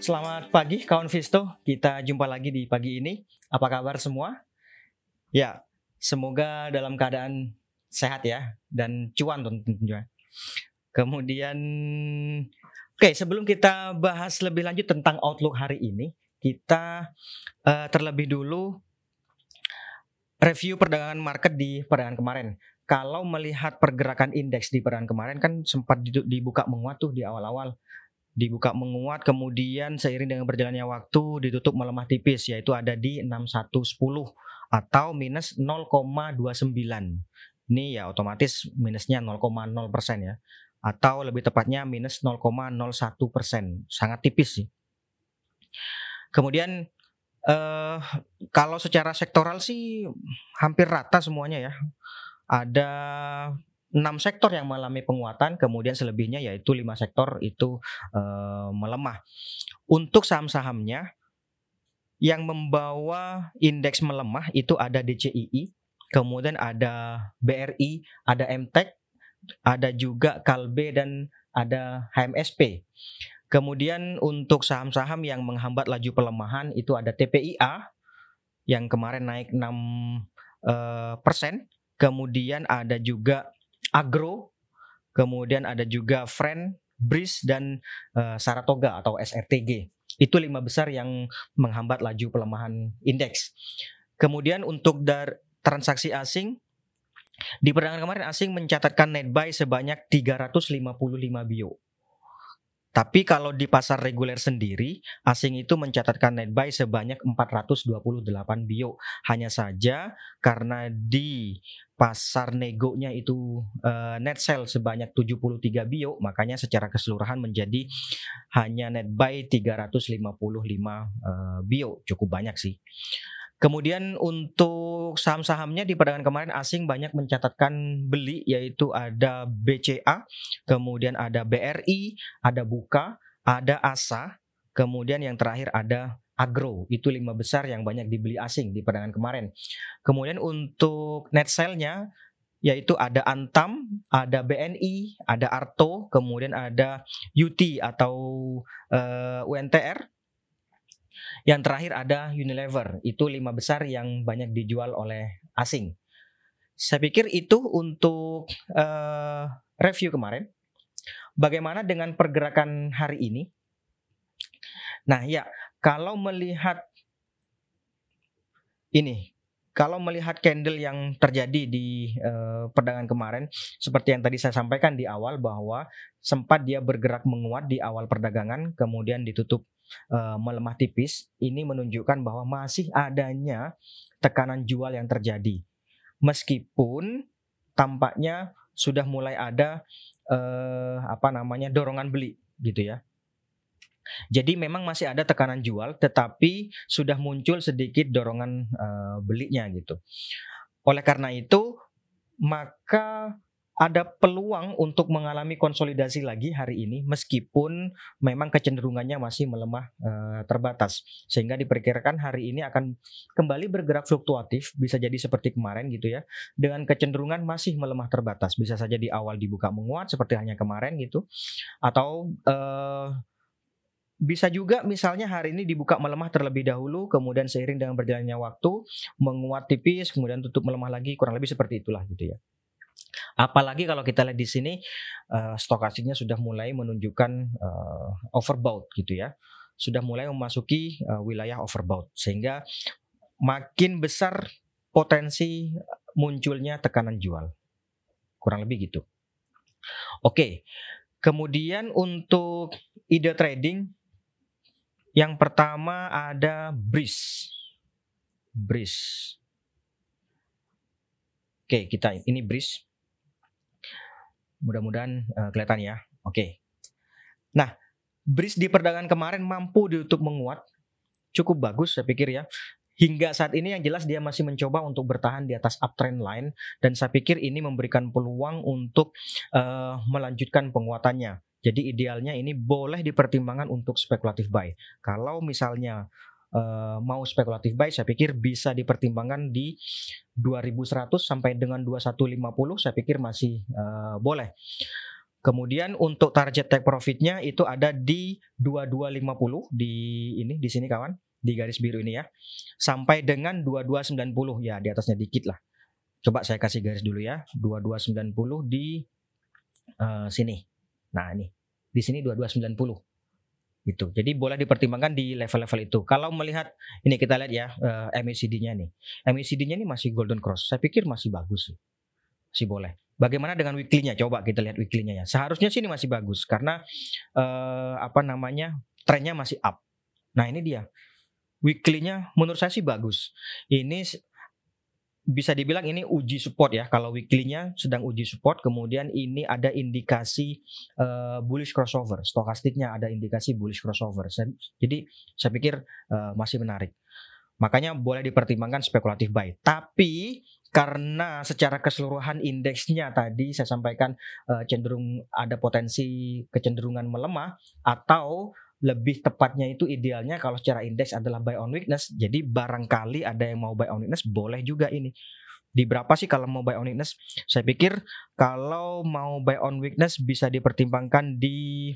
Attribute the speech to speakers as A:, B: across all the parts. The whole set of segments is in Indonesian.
A: Selamat pagi kawan Visto, kita jumpa lagi di pagi ini. Apa kabar semua? Ya, semoga dalam keadaan sehat ya dan cuan tentunya. Kemudian, oke, sebelum kita bahas lebih lanjut tentang outlook hari ini, kita terlebih dulu review perdagangan market di perdagangan kemarin. Kalau melihat pergerakan indeks di perdagangan kemarin kan sempat dibuka menguat tuh di awal-awal, dibuka menguat, kemudian seiring dengan berjalannya waktu ditutup melemah tipis, yaitu ada di 6110 atau minus 0,29. Ini ya otomatis minusnya 0,0% ya, atau lebih tepatnya minus 0,01%, sangat tipis sih. Kemudian kalau secara sektoral sih hampir rata semuanya ya. Ada 6 sektor yang mengalami penguatan, kemudian selebihnya yaitu 5 sektor itu melemah. Untuk saham-sahamnya yang membawa indeks melemah itu ada DCII, kemudian ada BRI, ada MTEK, ada juga Kalbe dan ada HMSP. Kemudian untuk saham-saham yang menghambat laju pelemahan itu ada TPIA yang kemarin naik 6%. Kemudian ada juga Agro, kemudian ada juga Friend, BRIS, dan Saratoga atau SRTG. Itu 5 besar yang menghambat laju pelemahan indeks. Kemudian untuk transaksi asing, di perdagangan kemarin asing mencatatkan net buy sebanyak 355 bio. Tapi kalau di pasar reguler sendiri, asing itu mencatatkan net buy sebanyak 428 bio. Hanya saja karena di pasar negonya itu net sell sebanyak 73 bio, makanya secara keseluruhan menjadi hanya net buy 355 bio. Cukup banyak sih. Kemudian untuk saham-sahamnya di perdagangan kemarin asing banyak mencatatkan beli, yaitu ada BCA, kemudian ada BRI, ada Buka, ada ASA, kemudian yang terakhir ada Agro. Itu 5 besar yang banyak dibeli asing di perdagangan kemarin. Kemudian untuk net sell-nya yaitu ada Antam, ada BNI, ada Arto, kemudian ada UT atau UNTR. Yang terakhir ada Unilever, itu 5 besar yang banyak dijual oleh asing. Saya pikir itu untuk review kemarin. Bagaimana dengan pergerakan hari ini? Nah ya, kalau melihat candle yang terjadi di perdagangan kemarin, seperti yang tadi saya sampaikan di awal bahwa sempat dia bergerak menguat di awal perdagangan, kemudian ditutup melemah tipis. Ini menunjukkan bahwa masih adanya tekanan jual yang terjadi. Meskipun tampaknya sudah mulai ada dorongan beli gitu ya. Jadi memang masih ada tekanan jual, tetapi sudah muncul sedikit dorongan belinya gitu. Oleh karena itu, maka ada peluang untuk mengalami konsolidasi lagi hari ini, meskipun memang kecenderungannya masih melemah terbatas. Sehingga diperkirakan hari ini akan kembali bergerak fluktuatif, bisa jadi seperti kemarin gitu ya, dengan kecenderungan masih melemah terbatas. Bisa saja di awal dibuka menguat seperti halnya kemarin gitu, atau bisa juga misalnya hari ini dibuka melemah terlebih dahulu, kemudian seiring dengan berjalannya waktu menguat tipis, kemudian tutup melemah lagi, kurang lebih seperti itulah gitu ya. Apalagi kalau kita lihat di sini stokastiknya sudah mulai menunjukkan overbought gitu ya, sudah mulai memasuki wilayah overbought, sehingga makin besar potensi munculnya tekanan jual, kurang lebih gitu. Oke, kemudian untuk ide trading, yang pertama ada BRIS. Oke, ini BRIS. Mudah-mudahan kelihatan ya. Oke. Nah, BRIS di perdagangan kemarin mampu ditutup menguat, cukup bagus saya pikir ya. Hingga saat ini yang jelas dia masih mencoba untuk bertahan di atas uptrend line, dan saya pikir ini memberikan peluang untuk melanjutkan penguatannya. Jadi idealnya ini boleh dipertimbangkan untuk spekulatif buy. Kalau misalnya mau spekulatif buy, saya pikir bisa dipertimbangkan di 2100 sampai dengan 2150, saya pikir masih boleh. Kemudian untuk target take profitnya itu ada di 2250 di sini kawan, di garis biru ini ya. Sampai dengan 2290 ya, di atasnya dikit lah. Coba saya kasih garis dulu ya. 2290 di sini. Nah, ini. Di sini 2290. Gitu. Jadi boleh dipertimbangkan di level-level itu. Kalau melihat ini kita lihat ya MACD-nya nih. MACD-nya ini masih golden cross. Saya pikir masih bagus sih. Masih boleh. Bagaimana dengan weekly-nya? Coba kita lihat weekly-nya ya. Seharusnya sih ini masih bagus karena trennya masih up. Nah, ini dia. Weekly-nya menurut saya sih bagus. Ini bisa dibilang ini uji support ya. Kalau weekly-nya sedang uji support, kemudian ini ada indikasi bullish crossover. Stokastiknya ada indikasi bullish crossover. Jadi saya pikir masih menarik. Makanya boleh dipertimbangkan spekulatif buy. Tapi karena secara keseluruhan indeksnya tadi saya sampaikan cenderung ada potensi kecenderungan melemah, atau lebih tepatnya itu idealnya kalau secara indeks adalah buy on weakness. Jadi barangkali ada yang mau buy on weakness, boleh juga ini. Di berapa sih kalau mau buy on weakness? Saya pikir kalau mau buy on weakness bisa dipertimbangkan di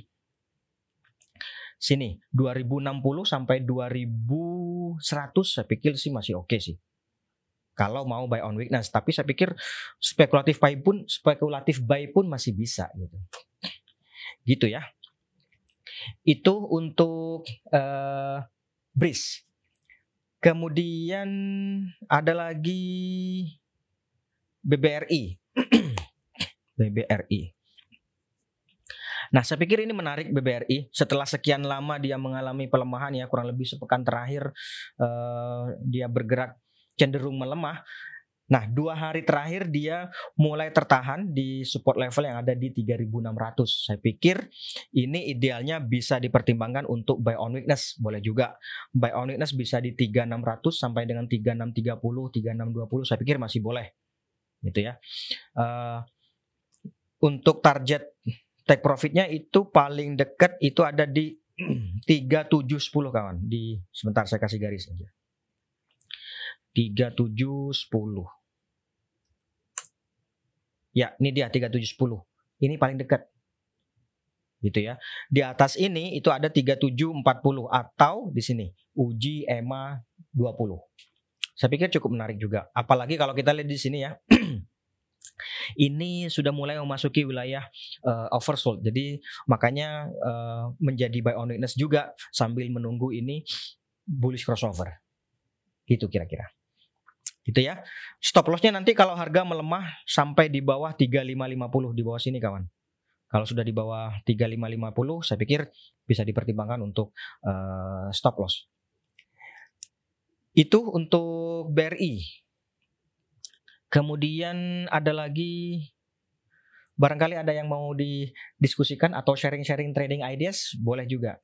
A: sini 2060 sampai 2100. Saya pikir sih masih oke sih kalau mau buy on weakness. Tapi saya pikir spekulatif buy pun masih bisa gitu. Gitu ya. Itu untuk BRIS. Kemudian ada lagi BBRI. BBRI. Nah, saya pikir ini menarik BBRI. Setelah sekian lama dia mengalami pelemahan ya, kurang lebih sepekan terakhir dia bergerak cenderung melemah. Nah, 2 hari terakhir dia mulai tertahan di support level yang ada di 3.600. Saya pikir ini idealnya bisa dipertimbangkan untuk buy on weakness. Boleh juga buy on weakness bisa di 3.600 sampai dengan 3.630, 3.620. Saya pikir masih boleh. Gitu ya. Untuk target take profitnya itu paling dekat itu ada di 3710 kawan. Sebentar saya kasih garis aja. 3710. Ya, ini dia 3710. Ini paling dekat. Gitu ya. Di atas ini itu ada 3740 atau di sini uji EMA 20. Saya pikir cukup menarik juga. Apalagi kalau kita lihat di sini ya. Ini sudah mulai memasuki wilayah oversold. Jadi makanya menjadi buy on weakness juga sambil menunggu ini bullish crossover. Gitu kira-kira. Gitu ya. Stop lossnya nanti kalau harga melemah sampai di bawah 3550, di bawah sini kawan. Kalau sudah di bawah 3550, saya pikir bisa dipertimbangkan untuk stop loss. Itu untuk BRI. Kemudian ada lagi, barangkali ada yang mau didiskusikan atau sharing-sharing trading ideas, boleh juga.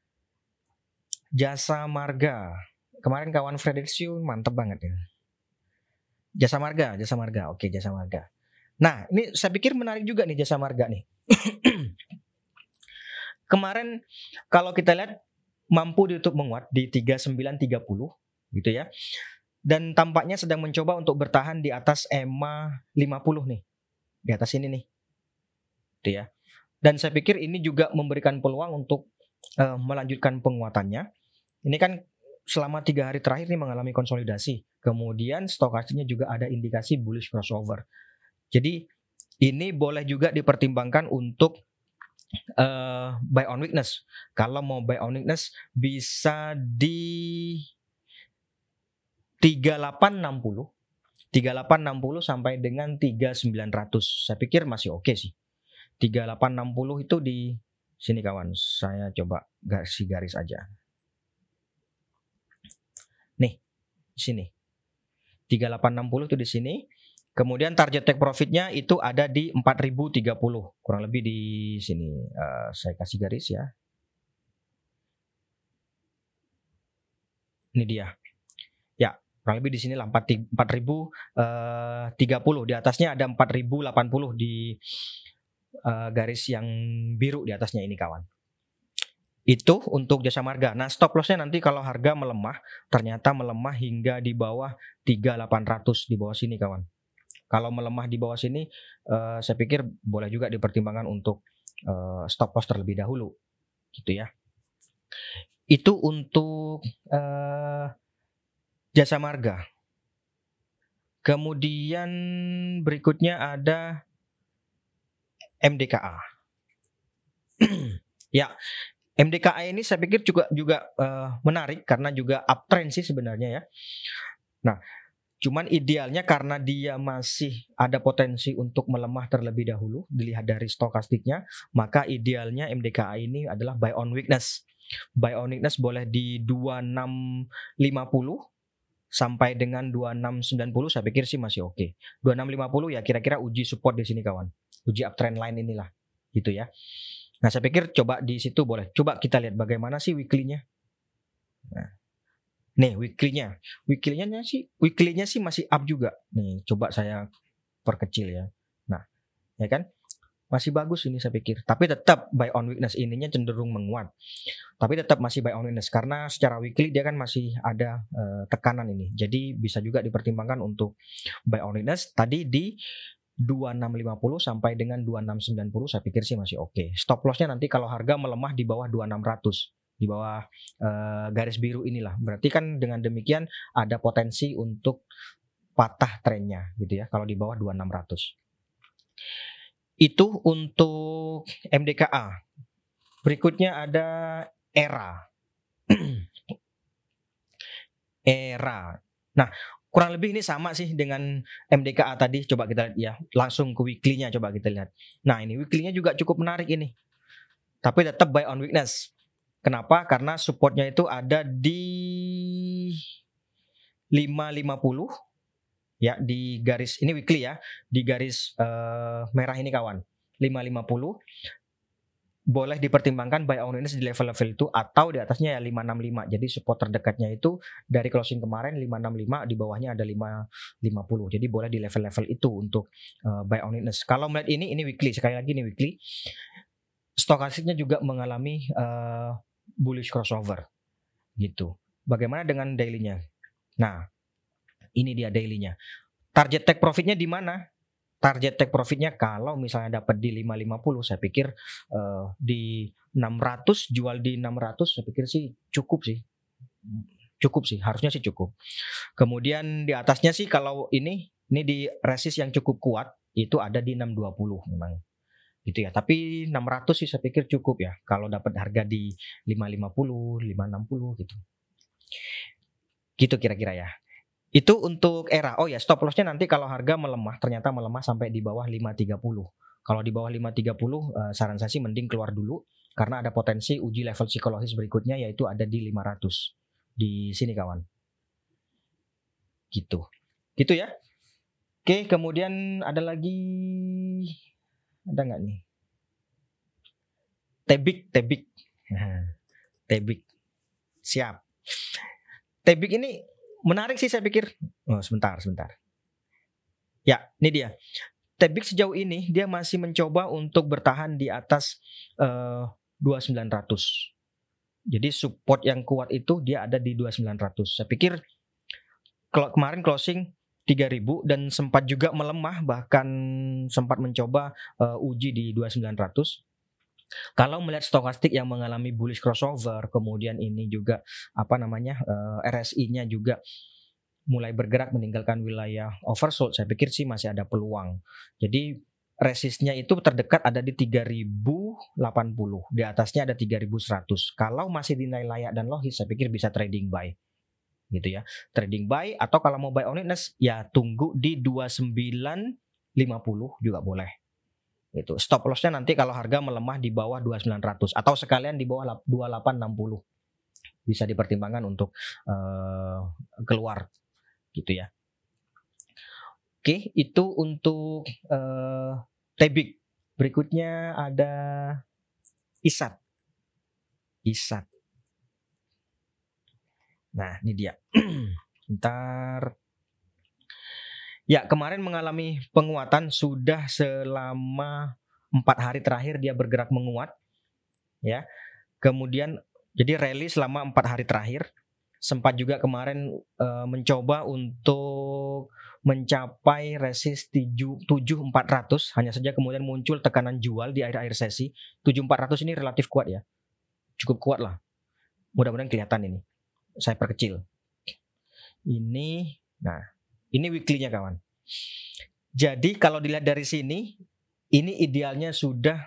A: Jasa Marga. Kemarin kawan Fredericio mantep banget ya. Jasa Marga. Oke, Jasa Marga. Nah, ini saya pikir menarik juga nih Jasa Marga nih. Kemarin kalau kita lihat mampu ditutup menguat di 3930 gitu ya. Dan tampaknya sedang mencoba untuk bertahan di atas EMA 50 nih. Di atas ini nih. Gitu ya. Dan saya pikir ini juga memberikan peluang untuk melanjutkan penguatannya. Ini kan selama 3 hari terakhir ini mengalami konsolidasi. Kemudian stokastiknya juga ada indikasi bullish crossover. Jadi ini boleh juga dipertimbangkan untuk buy on weakness. Kalau mau buy on weakness bisa di 3860 sampai dengan 3900. Saya pikir masih oke sih. 3860 itu di sini kawan. Saya coba garis aja. Nih, di sini. 3860 itu di sini. Kemudian target take profitnya itu ada di 4030. Kurang lebih di sini. Saya kasih garis ya. Ini dia. Ya, kurang lebih di sini lah 4030. Di atasnya ada 4080 di garis yang biru di atasnya ini kawan. Itu untuk Jasa Marga. Nah, stop lossnya nanti kalau harga melemah, ternyata melemah hingga di bawah 3800, di bawah sini kawan. Kalau melemah di bawah sini, saya pikir boleh juga dipertimbangkan untuk stop loss terlebih dahulu, gitu ya. Itu untuk Jasa Marga. Kemudian berikutnya ada MDKA. Ya, MDKA ini saya pikir juga menarik karena juga uptrend sih sebenarnya ya. Nah, cuman idealnya karena dia masih ada potensi untuk melemah terlebih dahulu dilihat dari stokastiknya, maka idealnya MDKA ini adalah buy on weakness. Buy on weakness boleh di 2650 sampai dengan 2690, saya pikir sih masih oke. 2650 ya kira-kira uji support di sini kawan. Uji uptrend line inilah gitu ya. Nah, saya pikir coba di situ boleh. Coba kita lihat bagaimana sih weekly-nya. Nah, nih weekly-nya sih masih up juga. Nih, coba saya perkecil ya. Nah, ya kan? Masih bagus ini saya pikir. Tapi tetap buy on weakness, ininya cenderung menguat. Tapi tetap masih buy on weakness karena secara weekly dia kan masih ada tekanan ini. Jadi bisa juga dipertimbangkan untuk buy on weakness tadi di 2650 sampai dengan 2690, saya pikir sih masih oke. Stop lossnya nanti kalau harga melemah di bawah 2600, di bawah garis biru inilah. Berarti kan dengan demikian ada potensi untuk patah trennya gitu ya kalau di bawah 2600. Itu untuk MDKA. Berikutnya ada ERA. ERA. Nah, kurang lebih ini sama sih dengan MDKA tadi. Coba kita lihat ya, langsung ke weekly-nya coba kita lihat. Nah, ini weekly-nya juga cukup menarik ini. Tapi tetap buy on weakness. Kenapa? Karena supportnya itu ada di 550 ya, di garis ini weekly ya, di garis merah ini kawan. 550 boleh dipertimbangkan buy on weakness di level-level itu atau di atasnya ya 565. Jadi support terdekatnya itu dari closing kemarin 565, di bawahnya ada 550. Jadi boleh di level-level itu untuk buy on weakness. Kalau melihat ini weekly, sekali lagi ini weekly. Stokastiknya juga mengalami bullish crossover gitu. Bagaimana dengan daily-nya? Nah, ini dia daily-nya. Target take profitnya di mana? Target take profitnya kalau misalnya dapat di 550, saya pikir di 600, jual di 600, saya pikir sih cukup sih. Cukup sih, harusnya sih cukup. Kemudian di atasnya sih kalau ini di resist yang cukup kuat itu ada di 620 memang. Gitu ya. Tapi 600 sih saya pikir cukup ya kalau dapat harga di 550, 560 gitu. Gitu kira-kira ya. Itu untuk ERA. Oh ya, stop lossnya nanti kalau harga melemah, ternyata melemah sampai di bawah 530. Kalau di bawah 530, saran saya sih mending keluar dulu karena ada potensi uji level psikologis berikutnya yaitu ada di 500. Di sini kawan. Gitu. Gitu ya. Oke, kemudian ada lagi, ada nggak nih? Tebik. Tebik. Siap. Tebik ini menarik sih saya pikir. Oh, sebentar. Ya, ini dia. Tebik sejauh ini dia masih mencoba untuk bertahan di atas 2900. Jadi support yang kuat itu dia ada di 2900. Saya pikir kalau kemarin closing 3000 dan sempat juga melemah, bahkan sempat mencoba uji di 2900. Kalau melihat stokastik yang mengalami bullish crossover, kemudian ini juga RSI-nya juga mulai bergerak meninggalkan wilayah oversold, saya pikir sih masih ada peluang. Jadi resistnya itu terdekat ada di 3080, di atasnya ada 3100. Kalau masih dinilai layak dan logis, saya pikir bisa trading buy. Gitu ya. Trading buy atau kalau mau buy on weakness ya tunggu di 2950 juga boleh. Itu stop lossnya nanti kalau harga melemah di bawah 2900 atau sekalian di bawah 2860 bisa dipertimbangkan untuk keluar gitu ya. Oke, itu untuk Tebik. Berikutnya ada ISAT. Nah, ini dia. Ntar. Ya, kemarin mengalami penguatan sudah selama 4 hari terakhir dia bergerak menguat. Ya. Kemudian jadi rally selama 4 hari terakhir. Sempat juga kemarin mencoba untuk mencapai resist 7400, hanya saja kemudian muncul tekanan jual di akhir-akhir sesi. 7400 ini relatif kuat ya. Cukup kuat lah. Mudah-mudahan kelihatan ini. Saya perkecil. Ini, nah, ini weekly-nya kawan. Jadi kalau dilihat dari sini, ini idealnya sudah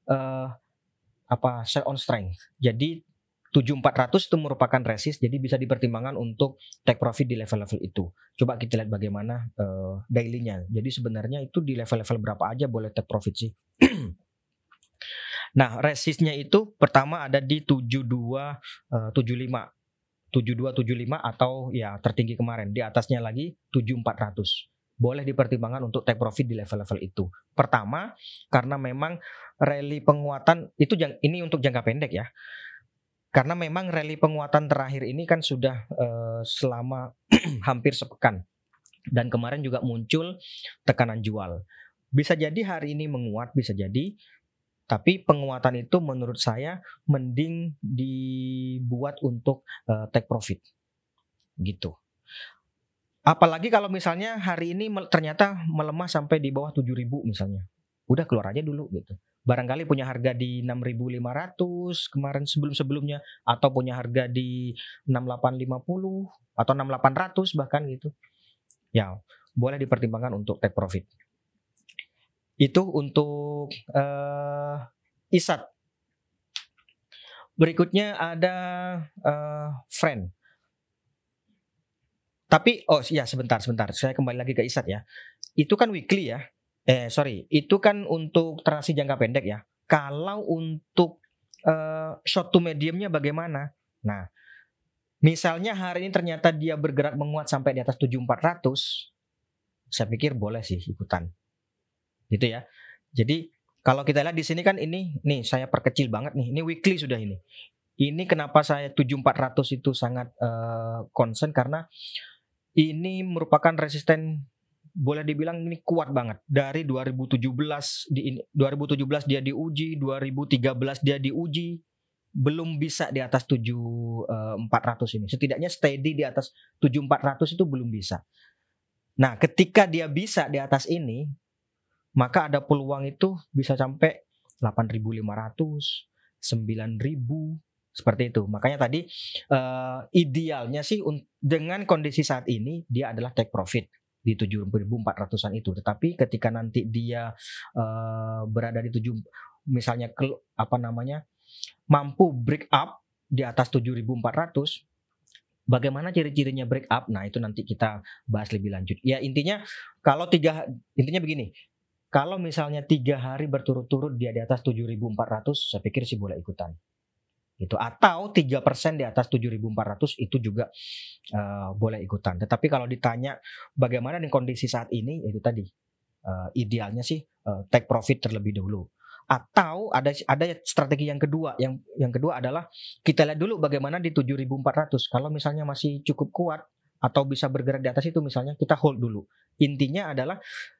A: sell on strength. Jadi 7400 itu merupakan resist, jadi bisa dipertimbangkan untuk take profit di level-level itu. Coba kita lihat bagaimana daily-nya. Jadi sebenarnya itu di level-level berapa aja boleh take profit sih. Nah, resistnya itu pertama ada di 7275. 7275 atau ya tertinggi kemarin. Di atasnya lagi 7400. Boleh dipertimbangkan untuk take profit di level-level itu. Pertama, karena memang rally penguatan itu ini untuk jangka pendek ya. Karena memang rally penguatan terakhir ini kan sudah selama hampir sepekan. Dan kemarin juga muncul tekanan jual. Bisa jadi hari ini menguat, bisa jadi. Tapi penguatan itu menurut saya mending dibuat untuk take profit. Gitu. Apalagi kalau misalnya hari ini ternyata melemah sampai di bawah 7.000 misalnya. Udah keluar aja dulu gitu. Barangkali punya harga di 6.500 kemarin sebelum-sebelumnya, atau punya harga di 6.850 atau 6.800 bahkan gitu. Ya, boleh dipertimbangkan untuk take profit. Itu untuk ISAT. Berikutnya ada friend. Tapi sebentar. Saya kembali lagi ke ISAT ya. Itu kan weekly ya. Itu kan untuk transaksi jangka pendek ya. Kalau untuk short to mediumnya bagaimana? Nah, misalnya hari ini ternyata dia bergerak menguat sampai di atas 7400, saya pikir boleh sih ikutan. Gitu ya. Jadi kalau kita lihat di sini kan ini nih saya perkecil banget nih. Ini weekly sudah ini. Ini kenapa saya 7400 itu sangat concern karena ini merupakan resisten, boleh dibilang ini kuat banget. Dari 2017 dia diuji, 2013 dia diuji, belum bisa di atas 7400 ini. Setidaknya steady di atas 7400 itu belum bisa. Nah, ketika dia bisa di atas ini, maka ada peluang itu bisa sampai 8.500, 9.000, seperti itu. Makanya tadi idealnya sih dengan kondisi saat ini dia adalah take profit di 7.400-an itu. Tetapi ketika nanti dia berada di misalnya mampu break up di atas 7.400, bagaimana ciri-cirinya break up? Nah, itu nanti kita bahas lebih lanjut. Ya, intinya begini. Kalau misalnya 3 hari berturut-turut dia di atas 7.400, saya pikir sih boleh ikutan. Gitu. Atau 3% di atas 7.400 itu juga boleh ikutan. Tetapi kalau ditanya bagaimana dengan kondisi saat ini, itu tadi idealnya sih take profit terlebih dahulu. Atau ada strategi yang kedua. Yang kedua adalah kita lihat dulu bagaimana di 7.400. Kalau misalnya masih cukup kuat atau bisa bergerak di atas itu, misalnya kita hold dulu. Intinya adalah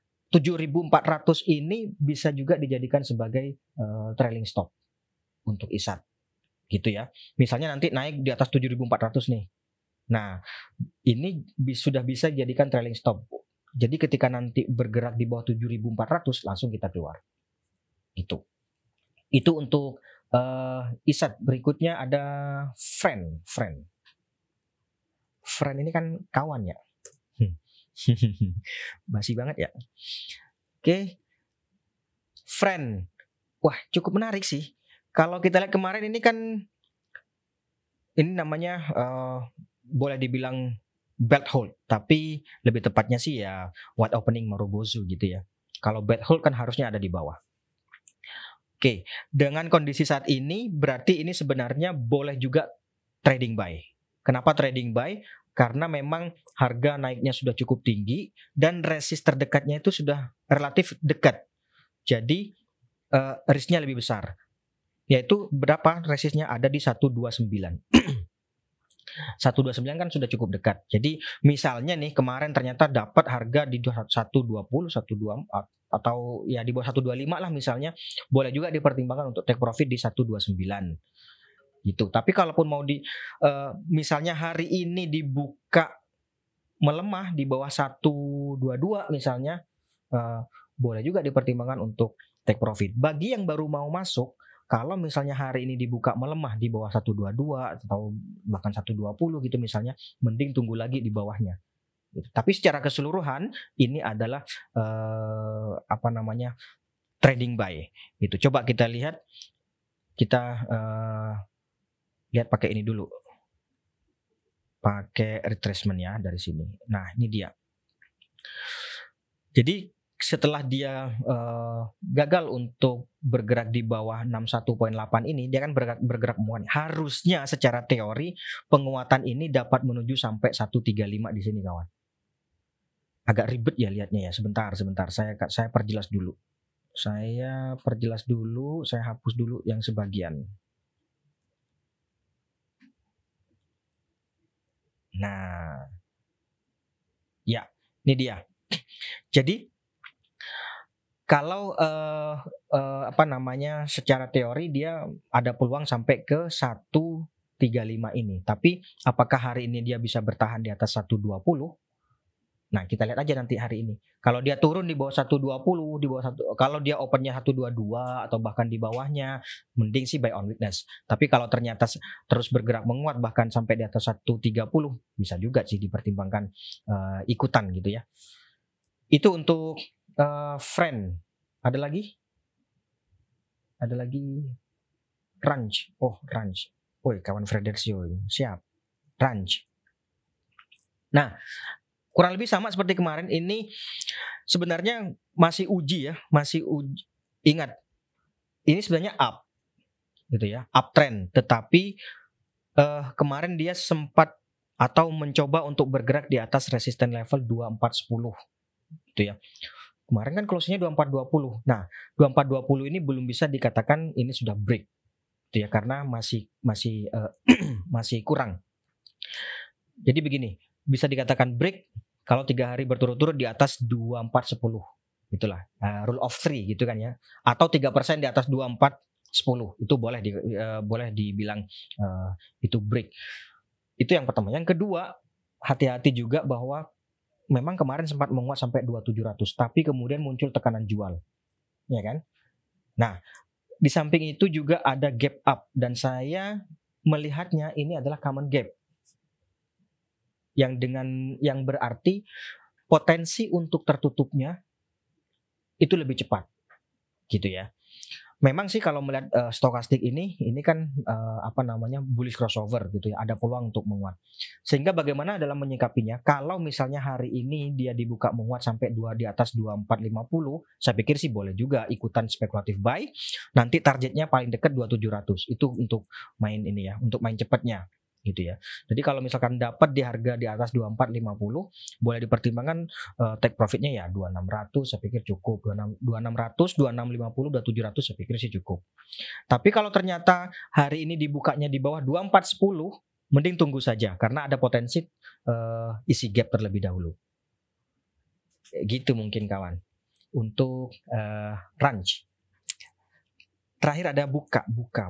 A: 7.400 ini bisa juga dijadikan sebagai trailing stop untuk ISAT. Gitu ya. Misalnya nanti naik di atas 7.400 nih. Nah, ini sudah bisa dijadikan trailing stop. Jadi ketika nanti bergerak di bawah 7.400 langsung kita keluar. Itu untuk ISAT. Berikutnya ada friend. Friend ini kan kawan ya. Basi banget ya. Oke. Friend. Wah, cukup menarik sih. Kalau kita lihat kemarin ini kan, ini namanya boleh dibilang belt hold, tapi lebih tepatnya sih ya wide opening Marubozu gitu ya. Kalau belt hold kan harusnya ada di bawah. Oke, dengan kondisi saat ini berarti ini sebenarnya boleh juga trading buy. Kenapa trading buy? Karena memang harga naiknya sudah cukup tinggi dan resist terdekatnya itu sudah relatif dekat. Jadi risknya lebih besar. Yaitu berapa resistnya? Ada di 129. 129 kan sudah cukup dekat. Jadi misalnya nih kemarin ternyata dapat harga di 120, 124 atau ya di bawah 125 lah misalnya, boleh juga dipertimbangkan untuk take profit di 129. Gitu. Tapi kalaupun mau misalnya hari ini dibuka melemah di bawah 122 misalnya, boleh juga dipertimbangkan untuk take profit. Bagi yang baru mau masuk, kalau misalnya hari ini dibuka melemah di bawah 122 atau bahkan 120 gitu misalnya, mending tunggu lagi di bawahnya gitu. Tapi secara keseluruhan ini adalah trading buy gitu. Coba kita lihat, kita lihat pakai ini dulu, pakai retracement ya dari sini. Nah ini dia. Jadi setelah dia gagal untuk bergerak di bawah 61.8 ini, dia kan bergerak menguat. Harusnya secara teori penguatan ini dapat menuju sampai 135 di sini kawan. Agak ribet ya lihatnya ya. Sebentar. Saya perjelas dulu. Saya hapus dulu yang sebagian. Nah, ya, ini dia. Jadi kalau secara teori dia ada peluang sampai ke 135 ini. Tapi apakah hari ini dia bisa bertahan di atas 120? Nah, kita lihat aja nanti hari ini. Kalau dia turun di bawah 120, kalau dia opennya 122 atau bahkan di bawahnya, mending sih buy on weakness. Tapi kalau ternyata terus bergerak menguat bahkan sampai di atas 130, bisa juga sih dipertimbangkan ikutan gitu ya. Itu untuk friend. Ada lagi range. Range. Woi, kawan Fredersio, siap. Range. Nah, kurang lebih sama seperti kemarin. Ini sebenarnya masih uji. Ingat, ini sebenarnya up gitu ya, uptrend. Tetapi kemarin dia sempat atau mencoba untuk bergerak di atas resisten level 2410 gitu ya. Kemarin kan closingnya 2420. Nah, 2420 ini belum bisa dikatakan ini sudah break gitu ya, karena masih masih kurang. Jadi begini, bisa dikatakan break kalau 3 hari berturut-turut di atas 2410. Itulah rule of 3 gitu kan ya. Atau 3% di atas 2410. Itu boleh dibilang itu break. Itu yang pertama. Yang kedua, hati-hati juga bahwa memang kemarin sempat menguat sampai 2700, tapi kemudian muncul tekanan jual. Ya kan? Nah, di samping itu juga ada gap up, dan saya melihatnya ini adalah common gap. Yang berarti potensi untuk tertutupnya itu lebih cepat gitu ya. Memang sih kalau melihat stokastik ini kan bullish crossover gitu ya, ada peluang untuk menguat. Sehingga bagaimana dalam menyikapinya? Kalau misalnya hari ini dia dibuka menguat sampai di atas 2450, saya pikir sih boleh juga ikutan spekulatif buy. Nanti targetnya paling dekat 2700. Itu untuk main ini ya, untuk main cepatnya gitu ya. Jadi kalau misalkan dapat di harga di atas 2450, boleh dipertimbangkan take profitnya ya 2600, saya pikir cukup. 2600, 2650, 2700 saya pikir sih cukup. Tapi kalau ternyata hari ini dibukanya di bawah 2410, mending tunggu saja karena ada potensi isi gap terlebih dahulu. Gitu mungkin kawan. Untuk range. Terakhir ada buka.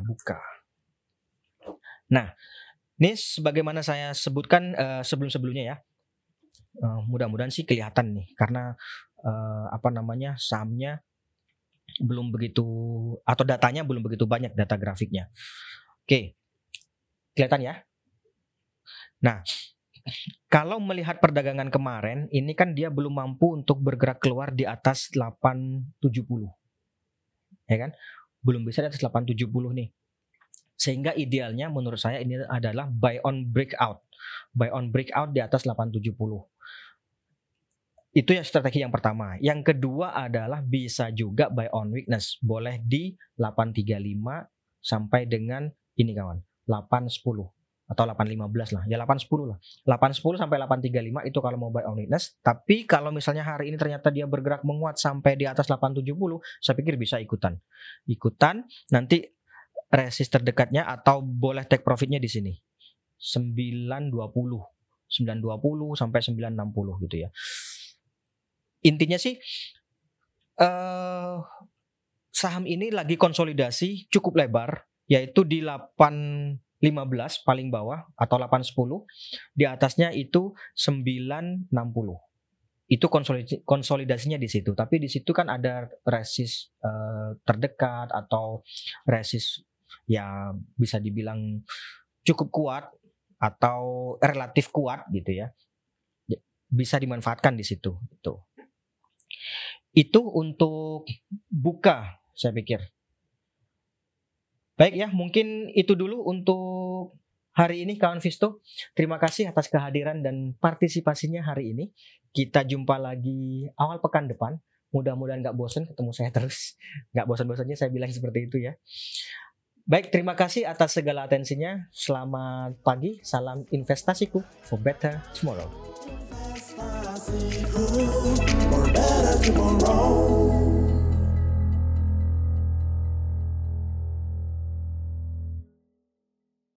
A: Nah, ini sebagaimana saya sebutkan sebelum-sebelumnya ya. Mudah-mudahan sih kelihatan nih, karena sahamnya belum begitu, atau datanya belum begitu banyak, data grafiknya. Oke, kelihatan ya. Nah, kalau melihat perdagangan kemarin, ini kan dia belum mampu untuk bergerak keluar di atas 870, ya kan? Belum bisa di atas 870 nih. Sehingga idealnya menurut saya ini adalah buy on breakout di atas 870. Itu ya strategi yang pertama. Yang kedua adalah bisa juga buy on weakness, boleh di 835 sampai dengan ini kawan, 810 atau 815 lah. Ya 810 lah. 810 sampai 835 itu kalau mau buy on weakness. Tapi kalau misalnya hari ini ternyata dia bergerak menguat sampai di atas 870, saya pikir bisa ikutan nanti resist terdekatnya, atau boleh take profitnya di sini 920 sampai 960 gitu ya. Intinya sih saham ini lagi konsolidasi cukup lebar, yaitu di 8 15 paling bawah atau 810, di atasnya itu 960. Itu konsolidasinya di situ. Tapi di situ kan ada resist terdekat atau resist ya bisa dibilang cukup kuat atau relatif kuat gitu ya. Bisa dimanfaatkan di situ. Itu untuk buka, saya pikir. Baik ya, mungkin itu dulu untuk hari ini kawan Visto. Terima kasih atas kehadiran dan partisipasinya hari ini. Kita jumpa lagi awal pekan depan. Mudah-mudahan gak bosan ketemu saya terus. Gak bosan-bosannya saya bilang seperti itu ya. Baik, terima kasih atas segala atensinya. Selamat pagi, salam investasiku for better tomorrow. For better tomorrow.